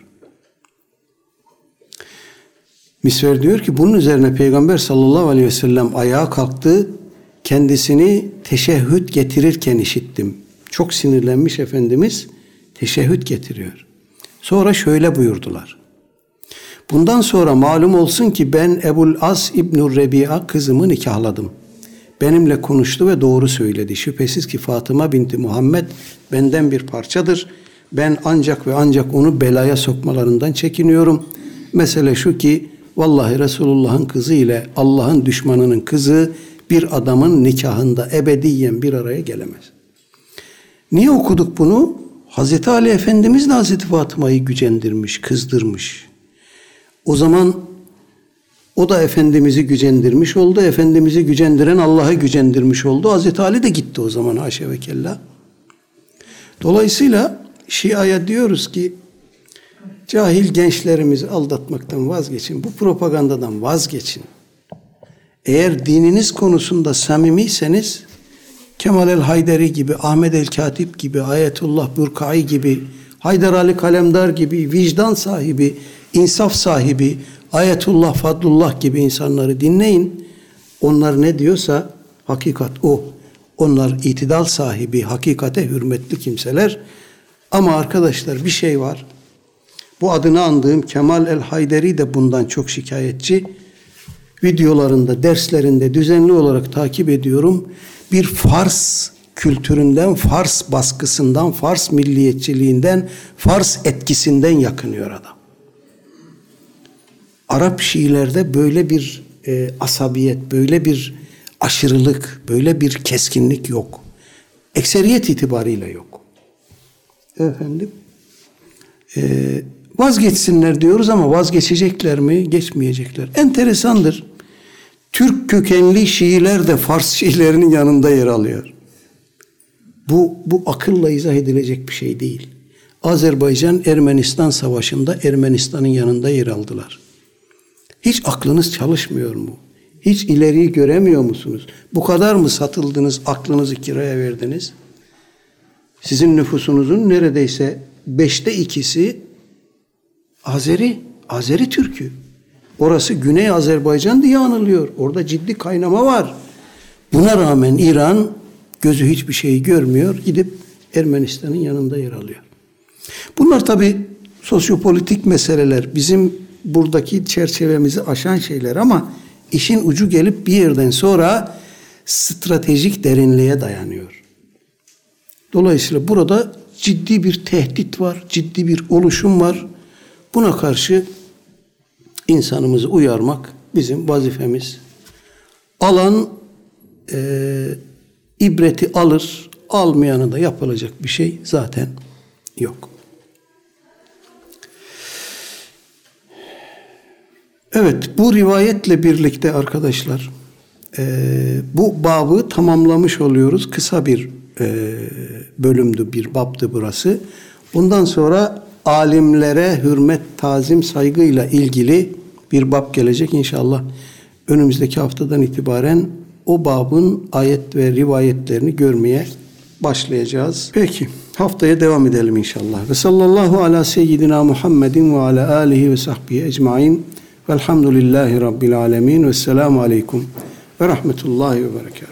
Misver diyor ki bunun üzerine Peygamber sallallahu aleyhi ve sellem ayağa kalktı. Kendisini teşehhüd getirirken işittim. Çok sinirlenmiş Efendimiz teşehhüd getiriyor. Sonra şöyle buyurdular. Bundan sonra malum olsun ki ben Ebul As İbn Rebi'a kızımı nikahladım. Benimle konuştu ve doğru söyledi. Şüphesiz ki Fatıma binti Muhammed benden bir parçadır. Ben ancak ve ancak onu belaya sokmalarından çekiniyorum. Mesele şu ki vallahi Resulullah'ın kızı ile Allah'ın düşmanının kızı bir adamın nikahında ebediyen bir araya gelemez. Niye okuduk bunu? Hazreti Ali Efendimiz de Hazreti Fatıma'yı gücendirmiş, kızdırmış. O zaman O da Efendimiz'i gücendirmiş oldu. Efendimiz'i gücendiren Allah'ı gücendirmiş oldu. Hazreti Ali de gitti o zaman, haşa ve kella. Dolayısıyla Şia'ya diyoruz ki cahil gençlerimizi aldatmaktan vazgeçin. Bu propagandadan vazgeçin. Eğer dininiz konusunda samimiyseniz Kemal el-Hayderi gibi, Ahmed el-Katip gibi, Ayetullah Burkai gibi, Haydar Ali Kalemdar gibi, vicdan sahibi, insaf sahibi, Ayetullah Fadlullah gibi insanları dinleyin. Onlar ne diyorsa hakikat o. Onlar itidal sahibi, hakikate hürmetli kimseler. Ama arkadaşlar bir şey var. Bu adını andığım Kemal el-Hayderi de bundan çok şikayetçi. Videolarında, derslerinde düzenli olarak takip ediyorum. Bir Fars kültüründen, Fars baskısından, Fars milliyetçiliğinden, Fars etkisinden yakınıyor adam. Arap Şiilerde böyle bir asabiyet, böyle bir aşırılık, böyle bir keskinlik yok. Ekseriyet itibariyle yok. Efendim, vazgeçsinler diyoruz ama vazgeçecekler mi, geçmeyecekler. Enteresandır. Türk kökenli Şiiler de Fars Şiilerinin yanında yer alıyor. Bu akılla izah edilecek bir şey değil. Azerbaycan-Ermenistan savaşında Ermenistan'ın yanında yer aldılar. Hiç aklınız çalışmıyor mu? Hiç ileriyi göremiyor musunuz? Bu kadar mı satıldınız, aklınızı kiraya verdiniz? Sizin nüfusunuzun neredeyse 2/5 Azeri Türk'ü. Orası Güney Azerbaycan diye anılıyor. Orada ciddi kaynama var. Buna rağmen İran gözü hiçbir şeyi görmüyor. Gidip Ermenistan'ın yanında yer alıyor. Bunlar tabii sosyopolitik meseleler. Bizim buradaki çerçevemizi aşan şeyler ama işin ucu gelip bir yerden sonra stratejik derinliğe dayanıyor. Dolayısıyla burada ciddi bir tehdit var, ciddi bir oluşum var. Buna karşı insanımızı uyarmak bizim vazifemiz. Alan ibreti alır, almayanı da yapılacak bir şey zaten yok. Evet, bu rivayetle birlikte arkadaşlar bu babı tamamlamış oluyoruz. Kısa bir bölümdü, bir babdı burası. Bundan sonra alimlere hürmet, tazim, saygıyla ilgili bir bab gelecek inşallah. Önümüzdeki haftadan itibaren o babın ayet ve rivayetlerini görmeye başlayacağız. Peki, haftaya devam edelim inşallah. Ve sallallahu ala seyyidina Muhammedin ve ala alihi ve sahbihi ecmain. Velhamdülillahi Rabbil alemin. Vesselamu aleyküm ve rahmetullahi ve berekatuhu.